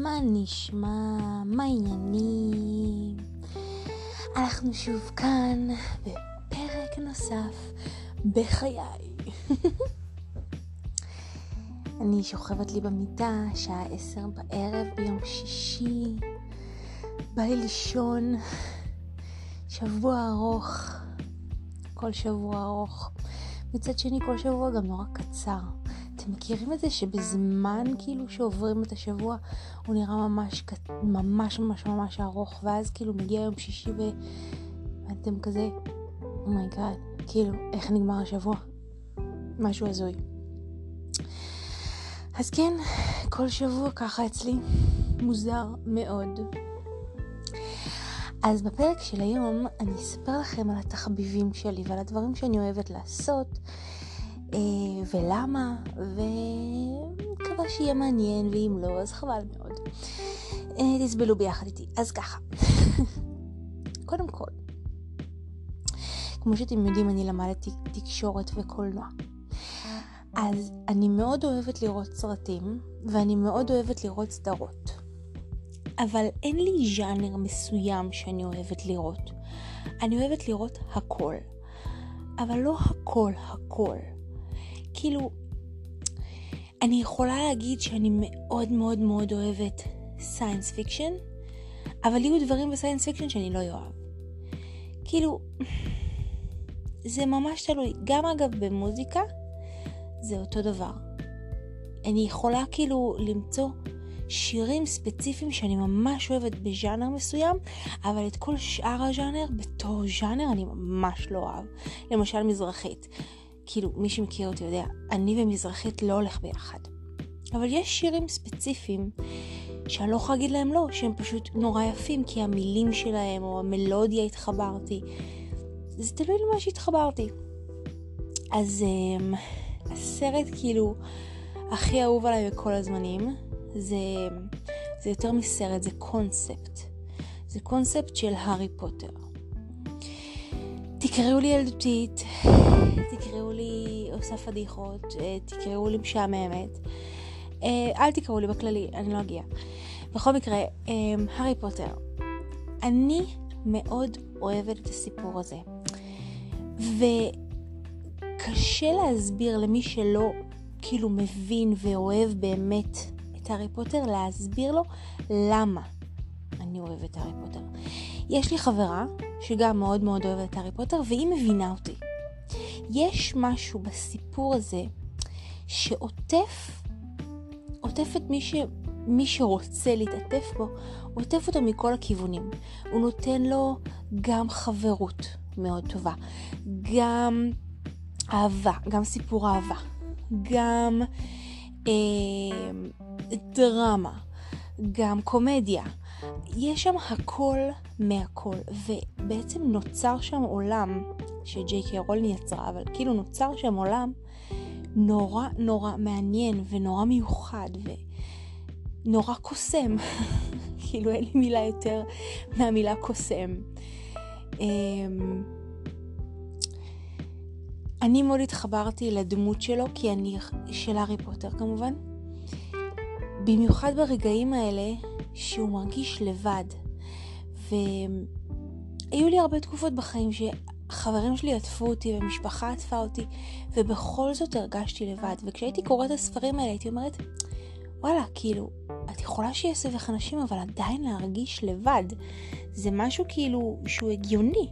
מה נשמע? מה העניינים? אנחנו שוב כאן בפרק נוסף בחיי. אני שוכבת לי במיטה, שעה 10 בערב ביום שישי. בא לי לישון. שבוע ארוך. כל שבוע ארוך. מצד שני כל שבוע גם נורא קצר. אתם מכירים את זה שבזמן כאילו שעוברים את השבוע הוא נראה ממש ארוך, ואז כאילו מגיע יום שישי ואתם כזה אומייגאד, כאילו איך נגמר השבוע? משהו הזוי. אז כן, כל שבוע ככה אצלי, מוזר מאוד. אז בפרק של היום אני אספר לכם על התחביבים שלי ועל הדברים שאני אוהבת לעשות ולמה, ומקווה שיהיה מעניין, ואם לא אז חבל מאוד. תסבלו ביחד איתי. אז ככה, קודם כל, כמו שאתם יודעים, אני למדתי תקשורת וקולנוע, אז אני מאוד אוהבת לראות סרטים ואני מאוד אוהבת לראות סדרות, אבל אין לי ז'אנר מסוים שאני אוהבת לראות. אני אוהבת לראות הכל, אבל לא הכל. כאילו, אני יכולה להגיד שאני מאוד אוהבת סיינס פיקשן, אבל יהיו דברים בסיינס פיקשן שאני לא אוהב. כאילו, זה ממש תלוי. גם אגב במוזיקה, זה אותו דבר. אני יכולה כאילו למצוא שירים ספציפיים שאני ממש אוהבת בז'אנר מסוים, אבל את כל שאר הז'אנר בתור ז'אנר אני ממש לא אוהב. למשל מזרחית. כאילו, מי שמכיר אותי יודע, אני ומזרחית לא הולך ביחד. אבל יש שירים ספציפיים שאני לא יכולה להגיד להם לא, שהם פשוט נורא יפים, כי המילים שלהם או המלודיה התחברתי. זה תלוי למה שהתחברתי. אז הסרט כאילו הכי אהוב עליי בכל הזמנים, זה יותר מסרט, זה קונספט. זה קונספט של הארי פוטר. תקראו לי ילדותית, תקראו לי עושה פדיחות, תקראו לי משעממת, אל תקראו לי בכללי, אני לא אגיע. בכל מקרה, הארי פוטר, אני מאוד אוהבת את הסיפור הזה, וקשה להסביר למי שלא כאילו מבין ואוהב באמת את הארי פוטר, להסביר לו למה אני אוהבת את הארי פוטר. יש לי חברה שגם מאוד אוהבת את הארי פוטר, והיא מבינה אותי. יש משהו בסיפור הזה שעוטף את מי שרוצה להתעטף בו, עוטף אותו מכל הכיוונים. הוא נותן לו גם חברות מאוד טובה, גם אהבה, גם סיפור אהבה, גם דרמה, גם קומדיה. יש שם הכל מהכל, ובעצם נוצר שם עולם שג'יי קיי רולינג יצרה, אבל כאילו נוצר שם עולם נורא מעניין ונורא מיוחד ונורא קוסם. כאילו אין לי מילה יותר מהמילה קוסם. אני מאוד התחברתי לדמות שלו, כי אני של הארי פוטר כמובן, במיוחד ברגעים האלה שהוא מרגיש לבד. והיו לי הרבה תקופות בחיים שחברים שלי עטפו אותי ומשפחה עטפה אותי, ובכל זאת הרגשתי לבד. וכשהייתי קוראת את הספרים האלה הייתי אומרת, וואלה, כאילו את יכולה שיהיה סביבך אנשים אבל עדיין להרגיש לבד. זה משהו כאילו שהוא הגיוני.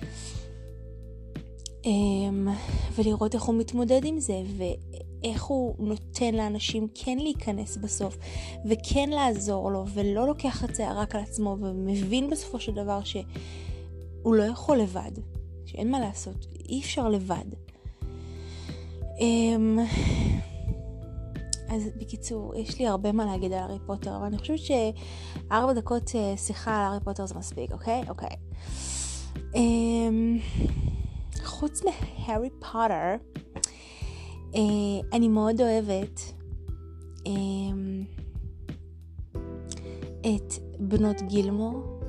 ולראות איך הוא מתמודד עם זה, ואיך הוא נותן לאנשים כן להיכנס בסוף, וכן לעזור לו, ולא לוקח את זה רק על עצמו, ומבין בסופו של דבר שהוא לא יכול לבד, שאין מה לעשות, אי אפשר לבד. אז בקיצור, יש לי הרבה מה להגיד על הארי פוטר, אבל אני חושבת ש4 דקות שיחה על הארי פוטר זה מספיק, אוקיי? חוץ מהארי פוטר, אני מאוד אוהבת את בנות גילמור,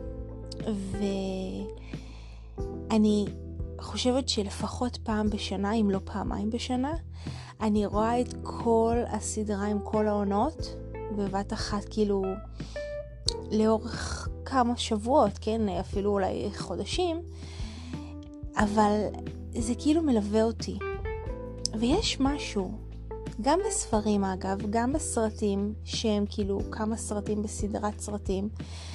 ואני חושבת שלפחות פעם בשנה, אם לא פעמיים בשנה, אני רואה את כל הסדרה עם כל העונות, בבת אחת, כאילו, לאורך כמה שבועות, כן? אפילו אולי חודשים, אבל זה כאילו מלווה אותי. ויש משהו, גם בספרים אגב, גם בסרטים, שהם כאילו כמה סרטים בסדרת סרטים,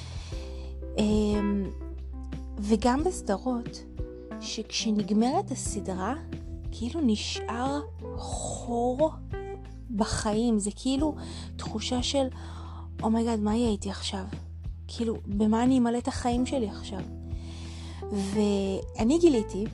וגם בסדרות, שכשנגמרת הסדרה, כאילו נשאר חור בחיים. זה כאילו תחושה של, אומייגאד, מה יהיה איתי עכשיו? כאילו, במה אני אמלא את החיים שלי עכשיו? ואני גיליתי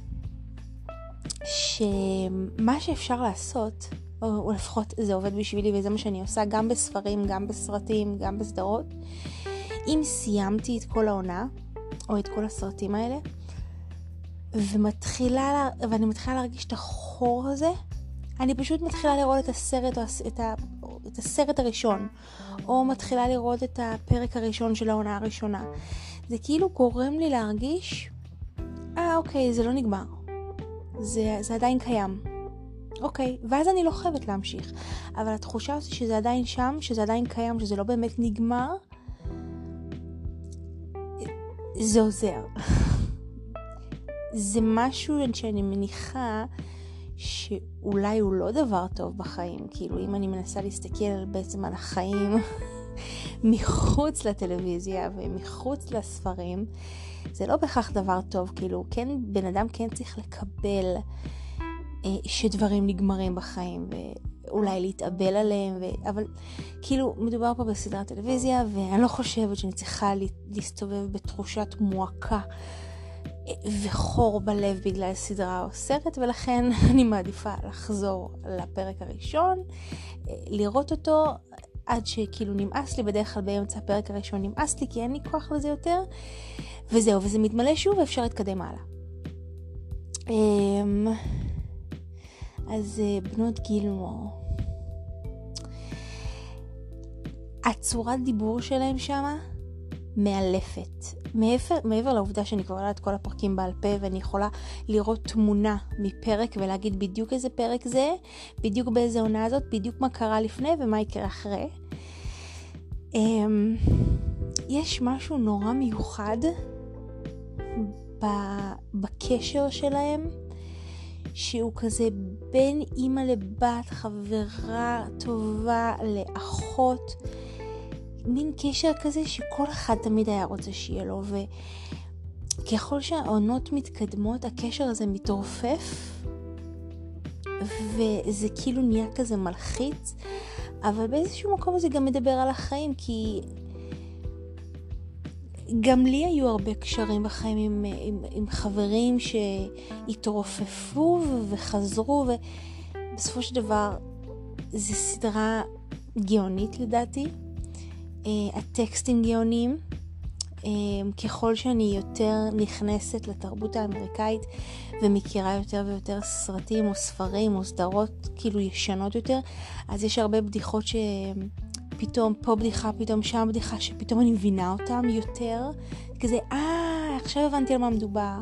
שמה שאפשר לעשות, או לפחות זה עובד בשבילי, וזה מה שאני עושה גם בספרים, גם בסרטים, גם בסדרות, אם סיימתי את כל העונה, או את כל הסרטים האלה, ואני מתחילה להרגיש את החור הזה, אני פשוט מתחילה לראות את הסרט, או את הסרט הראשון, או מתחילה לראות את הפרק הראשון של העונה הראשונה. זה כאילו גורם לי להרגיש, אוקיי, זה לא נגמר. זה עדיין קיים. אוקיי, ואז אני לא חייבת להמשיך. אבל התחושה הזאת שזה עדיין שם, שזה עדיין קיים, שזה לא באמת נגמר, זה עוזר. זה משהו שאני מניחה שאולי הוא לא דבר טוב בחיים. כאילו, אם אני מנסה להסתכל בעצם על החיים מחוץ לטלוויזיה ומחוץ לספרים, זה לא בהכרח דבר טוב. כאילו, כן, בן אדם כן צריך לקבל שדברים נגמרים בחיים, ואולי להתאבל עליהם, אבל כאילו, מדובר פה בסדרת טלוויזיה, ואני לא חושבת שאני צריכה להסתובב בתחושת מועקה וחור בלב בגלל סדרה או סרט, ולכן אני מעדיפה לחזור לפרק הראשון, לראות אותו עד שכאילו נמאס לי. בדרך כלל באמצע הפרק הראשון נמאס לי, כי אין לי כוח לזה יותר, וזהו, וזה מתמלא שוב ואפשר להתקדם הלאה. אז בנות גילמור, הצורת דיבור שלהם שמה מאלפת. מעבר לעובדה שאני כבר יודעת כל הפרקים בעל פה, ואני יכולה לראות תמונה מפרק ולהגיד בדיוק איזה פרק זה, בדיוק באיזה עונה הזאת, בדיוק מה קרה לפני ומה יקרה אחרי. יש משהו נורא מיוחד בקשר שלהם, שהוא כזה בין אמא לבת, חברה טובה לאחות, מין קשר כזה שכל אחד תמיד היה רוצה שיהיה לו, וככל שהעונות מתקדמות הקשר הזה מתרופף, וזה כאילו נהיה כזה מלחיץ, אבל באיזשהו מקום זה גם מדבר על החיים, כי גם לי היו הרבה קשרים בחיים עם חברים שהתרופפו וחזרו, ובסופו של דבר זו סדרה גאונית לדעתי. הטקסטים גאונים. ככל שאני יותר נכנסת לתרבות האמריקאית ומכירה יותר ויותר סרטים או ספרים או סדרות כאילו ישנות יותר, אז יש הרבה בדיחות שפתאום פה בדיחה, פתאום שם בדיחה, שפתאום אני מבינה אותם יותר, כזה עכשיו הבנתי על מה מדובר.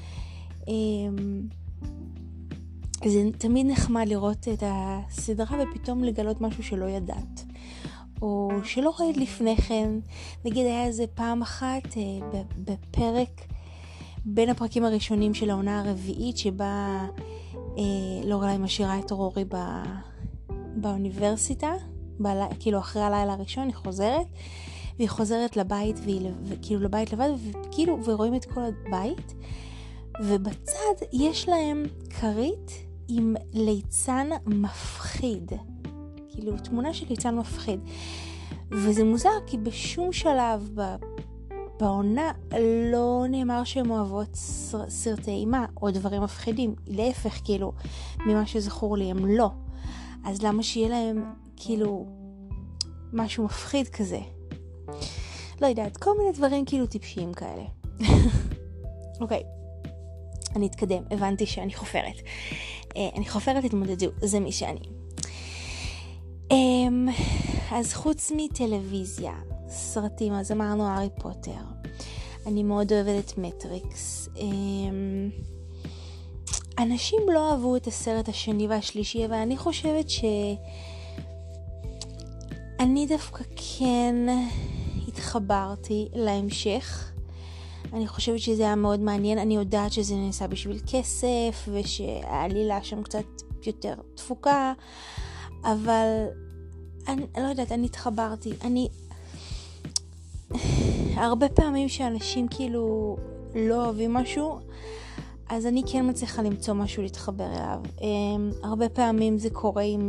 זה תמיד נחמד לראות את הסדרה ופתאום לגלות משהו שלא ידעת, או שלא ראית לפני כן. נגיד היה איזה פעם אחת בפרק בין הפרקים הראשונים של העונה הרביעית, שבה לורלי משאירה את רורי באוניברסיטה, כאילו אחרי הלילה הראשון היא חוזרת, והיא חוזרת לבית, וכאילו לבית לבד, וכאילו ורואים את כל הבית, ובצד יש להם כרית עם ליצן מפחיד, כאילו תמונה של ליצן מפחיד. וזה מוזר כי בשום שלב בעונה לא נאמר שהן אוהבות סרטי אימה או דברים מפחידים, להפך, כאילו ממה שזכור לי הם לא. אז למה שיהיה להם כאילו משהו מפחיד כזה? לא יודעת, כל מיני דברים כאילו טיפשיים כאלה. אוקיי, אני אתקדם. הבנתי שאני חופרת. אני חופרת התמודדו, זה מי שאני. אז חוץ מטלוויזיה, סרטים, אז אמרנו הארי פוטר. אני מאוד אוהבת את מטריקס. אנשים לא אהבו את הסרט השני והשלישי, אבל אני חושבת אני דווקא כן התחברתי להמשך. אני חושבת שזה היה מאוד מעניין. אני יודעת שזה נעשה בשביל כסף, ושהעלילה שם קצת יותר תפוקה, אבל אני לא יודעת, אני התחברתי. הרבה פעמים שאנשים כאילו לא אוהבים משהו, אז אני כן מצליחה למצוא משהו להתחבר אליו. הרבה פעמים זה קורה עם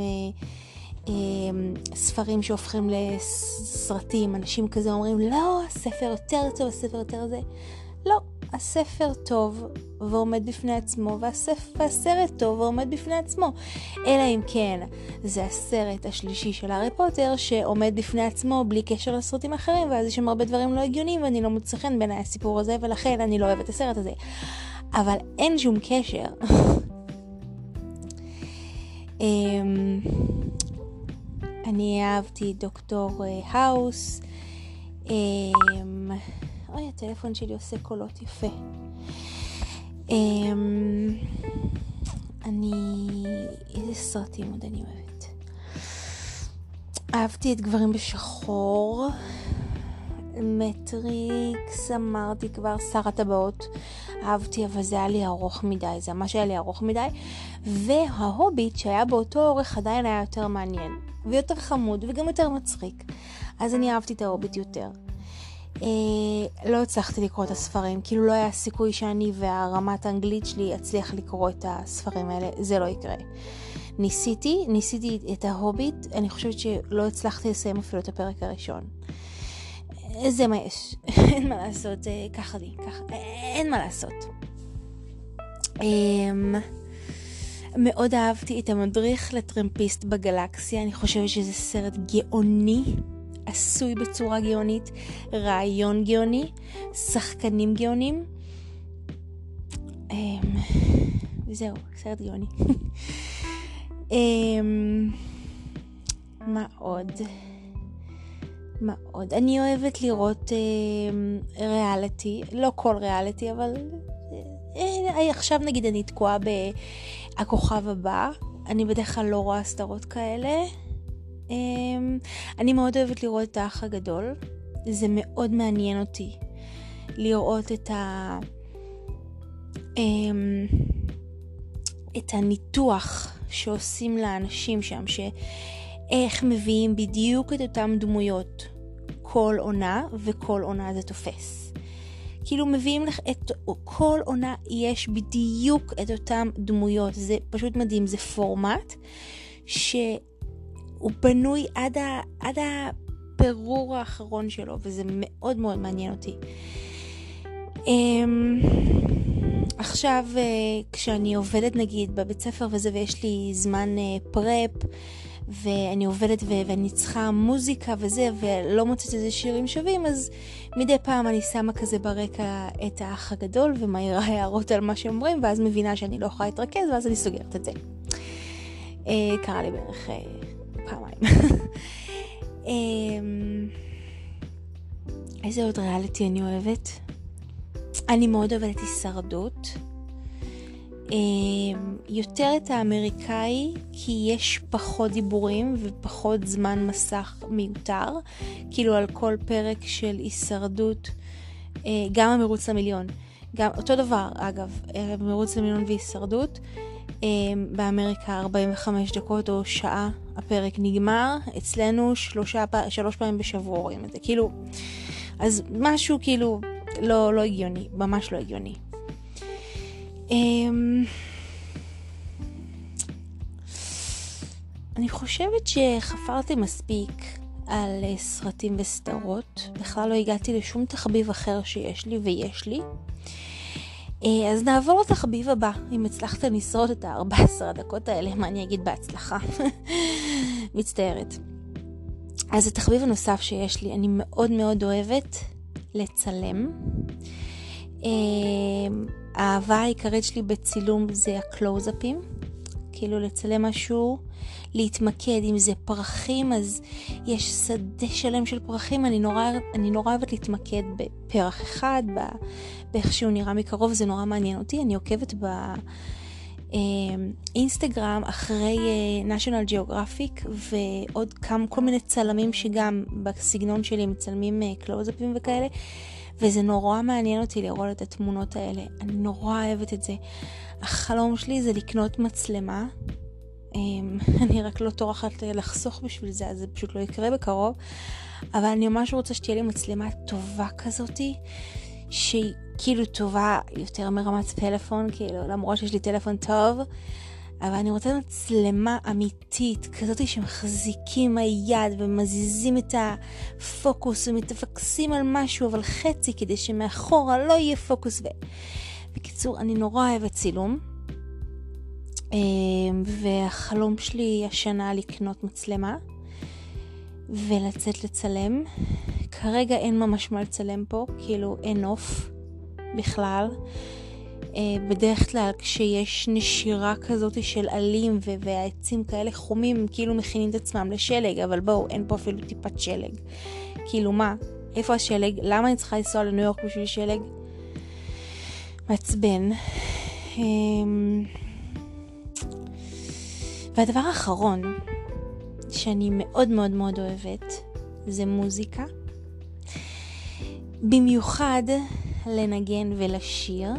ספרים שהופכים לסרטים. אנשים כזה אומרים, לא, הספר יותר טוב, הספר יותר זה. לא, הספר טוב ועומד בפני עצמו, והסרט טוב ועומד בפני עצמו. אלא אם כן, זה הסרט השלישי של הארי פוטר שעומד בפני עצמו בלי קשר לסרטים אחרים, ואז יש שם הרבה דברים לא הגיוניים, ואני לא מוצא חן בין הסיפור הזה, ולכן אני לא אוהבת את הסרט הזה. אבל אין שום קשר. אני אהבתי דוקטור האוס. אוי, הטלפון שלי עושה קולות יפה. איזה סרטים עוד אני אוהבת? אהבתי את גברים בשחור, מטריקס, אמרתי כבר, שר הטבעות. אהבתי, אבל זה היה לי ארוך מדי, זה ממש היה לי ארוך מדי. וההוביט שהיה באותו אורך עדיין היה יותר מעניין, ויותר חמוד, וגם יותר מצחיק. אז אני אהבתי את ההוביט יותר. לא הצלחתי לקרוא את הספרים, כאילו לא היה סיכוי שאני והרמת האנגלית שלי אצליח לקרוא את הספרים האלה, זה לא יקרה. ניסיתי את ההוביט, אני חושבת שלא הצלחתי לסיים אפילו את הפרק הראשון. זה מה יש, אין מה לעשות, ככה לי, אין מה לעשות. מאוד אהבתי את המדריך לטרמפיסט בגלקסיה, אני חושבת שזה סרט גאוני, עשוי בצורה גאונית, רעיון גאוני, שחקנים גאונים. זהו, סרט גאוני. מה עוד? אני אוהבת לראות ריאליטי, לא כל ריאליטי, אבל עכשיו נגיד אני תקועה בכוכב הבא. אני בדרך כלל לא רואה סדרות כאלה. אני מאוד אוהבת לראות את האח הגדול. זה מאוד מעניין אותי לראות את הניתוח שעושים לאנשים שם, איך מביאים בדיוק את אותם דמויות כל עונה, וכל עונה זה תופס. כאילו מביאים לך את כל עונה, יש בדיוק את אותם דמויות. זה פשוט מדהים, זה פורמט שהוא בנוי עד הפירור האחרון שלו, וזה מאוד מאוד מעניין אותי. עכשיו כשאני עובדת נגיד בבית ספר וזה, ויש לי זמן פרפ, ואני עובדת ואני צריכה מוזיקה וזה, ולא מוצאת איזה שירים שווים, אז מדי פעם אני שמה כזה ברקע את האח הגדול, ומהירה הערות על מה שאומרים, ואז מבינה שאני לא יכולה להתרכז, ואז אני סוגרת את זה. קרה לי בערך פעמיים. איזה עוד ריאליטי אני אוהבת? אני מאוד אוהבת הישרדות. יותר את האמריקאי, כי יש פחות דיבורים ופחות זמן מסך מיותר. כאילו על כל פרק של הישרדות, גם המרוץ למיליון, גם אותו דבר אגב, מרוץ למיליון והישרדות, באמריקה 45 דקות או שעה הפרק נגמר. אצלנו 3 פעמים בשבוע רואים את זה, כאילו, אז משהו כאילו לא הגיוני, ממש לא הגיוני. אני חושבת שחפרתי מספיק על סרטים וסדרות, בכלל לא הגעתי לשום תחביב אחר שיש לי ויש לי. אז נעבור לתחביב הבא, אם הצלחת לשרוד את 14 הדקות האלה, מה אני אגיד בהצלחה. מצטערת. אז התחביב הנוסף שיש לי, אני מאוד מאוד אוהבת לצלם. האהבה העיקרית שלי בצילום זה הקלוזאפים, כאילו לצלם משהו, להתמקד. אם זה פרחים, אז יש שדה שלם של פרחים, אני נורא אוהבת להתמקד בפרח אחד, באיך שהוא נראה מקרוב, זה נורא מעניין אותי. אני עוקבת אינסטגרם אחרי national geographic ועוד כל מיני צלמים שגם בסגנון שלי מצלמים קלוזאפים וכאלה, וזה נורא מעניין אותי לראות את התמונות האלה. אני נורא אוהבת את זה. החלום שלי זה לקנות מצלמה. אני רק לא טורחת לחסוך בשביל זה, אז זה פשוט לא יקרה בקרוב. אבל אני ממש רוצה שתהיה לי מצלמה טובה כזאתי, שהיא כאילו טובה יותר מרמת פלאפון, כאילו למרות שיש לי טלפון טוב, אבל אני רוצה מצלמה אמיתית, כזאתי שמחזיקים היד ומזיזים את הפוקוס ומתפקסים על משהו, אבל חצי כדי שמאחורה לא יהיה פוקוס. בקיצור, אני נורא אוהבת צילום, והחלום שלי השנה לקנות מצלמה ולצאת לצלם. כרגע אין ממש מה לצלם פה, כאילו אין אוף בכלל. בדרך כלל כשיש נשירה כזאת של עלים והעצים כאלה חומים, כאילו מכינים את עצמם לשלג, אבל בואו, אין פה אפילו טיפת שלג. כאילו מה? איפה השלג? למה אני צריכה לנסוע לניו יורק בשביל שלג? מעצבן. והדבר האחרון שאני מאוד מאוד מאוד אוהבת זה מוזיקה. במיוחד לנגן ולשיר.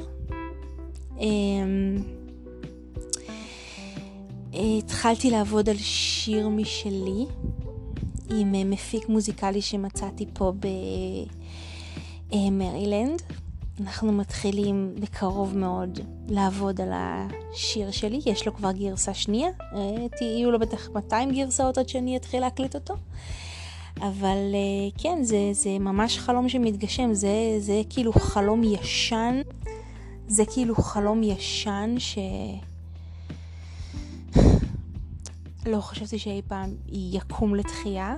התחלתי לעבוד על שיר משלי עם מפיק מוזיקלי שמצאתי פה במרילנד. אנחנו מתחילים בקרוב מאוד לעבוד על השיר שלי. יש לו כבר גרסה שנייה. יהיו לו בטח 200 גרסאות עד שאני אתחיל להקליט אותו. אבל כן, זה ממש חלום שמתגשם. זה כאילו חלום ישן. זה כאילו חלום ישן לא חשבתי שאי פעם יקום לתחייה.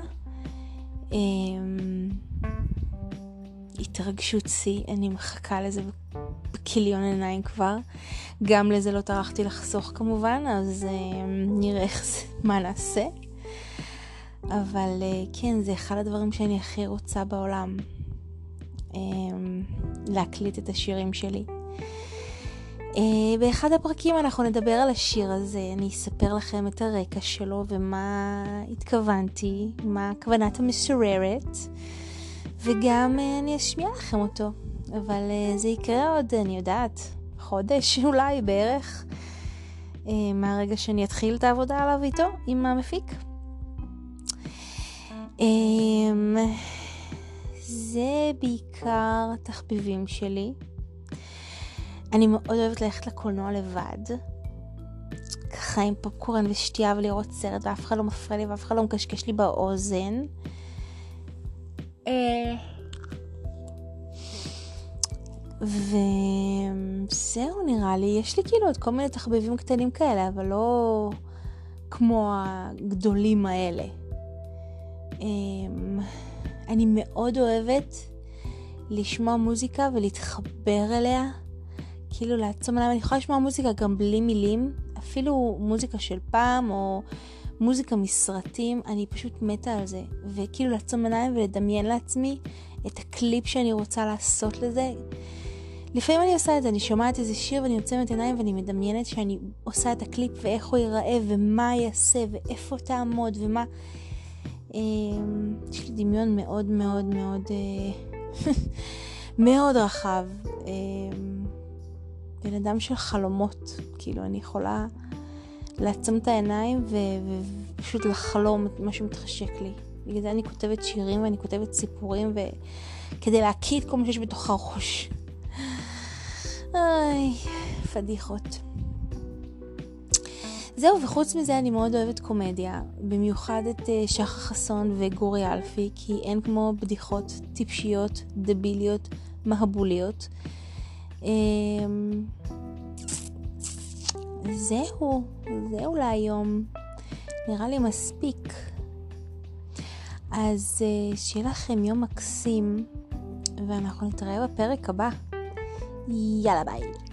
התרגשות שיא, אני מחכה לזה בקיליון עיניים כבר. גם לזה לא טרחתי לחסוך כמובן, אז נראה מה נעשה. אבל כן, זה אחד הדברים שאני הכי רוצה בעולם. להקליט את השירים שלי. באחד הפרקים אנחנו נדבר על השיר הזה, אני אספר לכם את הרקע שלו ומה התכוונתי, מה כוונת המשוררת, וגם אני אשמיע לכם אותו. אבל זה יקרה עוד, אני יודעת, חודש אולי בערך, מהרגע שאני אתחיל את העבודה עליו איתו, עם המפיק. זה בעיקר תחביבים שלי. אני מאוד אוהבת ללכת לקולנוע לבד, ככה עם פופקורן ושתייה ולראות סרט, ואף אחד לא מפריע לי ואף אחד לא מקשקש לי באוזן. וזהו, נראה לי, יש לי כאילו עוד כל מיני תחביבים קטנים כאלה, אבל לא כמו הגדולים האלה. אני מאוד אוהבת לשמוע מוזיקה ולהתחבר אליה, כאילו לעצום עליהם. אני יכולה לשמוע מוזיקה גם בלי מילים, אפילו מוזיקה של פעם או מוזיקה מסרטים, אני פשוט מתה על זה. וכאילו לעצום עיניים ולדמיין לעצמי את הקליפ שאני רוצה לעשות לזה. לפעמים אני עושה את זה, אני שומעת איזה שיר ואני עוצמת עיניים ואני מדמיינת שאני עושה את הקליפ ואיך הוא ייראה ומה יעשה ואיפה תעמוד ומה. יש לי דמיון מאוד מאוד מאוד מאוד רחב. בן אדם של חלומות, כאילו אני יכולה לעצום את העיניים ופשוט לחלום את מה שמתחשק לי. בגלל זה אני כותבת שירים ואני כותבת סיפורים כדי להקיא את כל מה שיש בתוך הראש. איי, פדיחות. זהו, וחוץ מזה אני מאוד אוהבת קומדיה, במיוחד את שחר חסון וגורי אלפי, כי אין כמו בדיחות טיפשיות, דביליות, מהבוליות. זהו להיום, נראה לי מספיק. אז שיהיה לכם יום מקסים, ואנחנו נתראה בפרק הבא. יאללה ביי.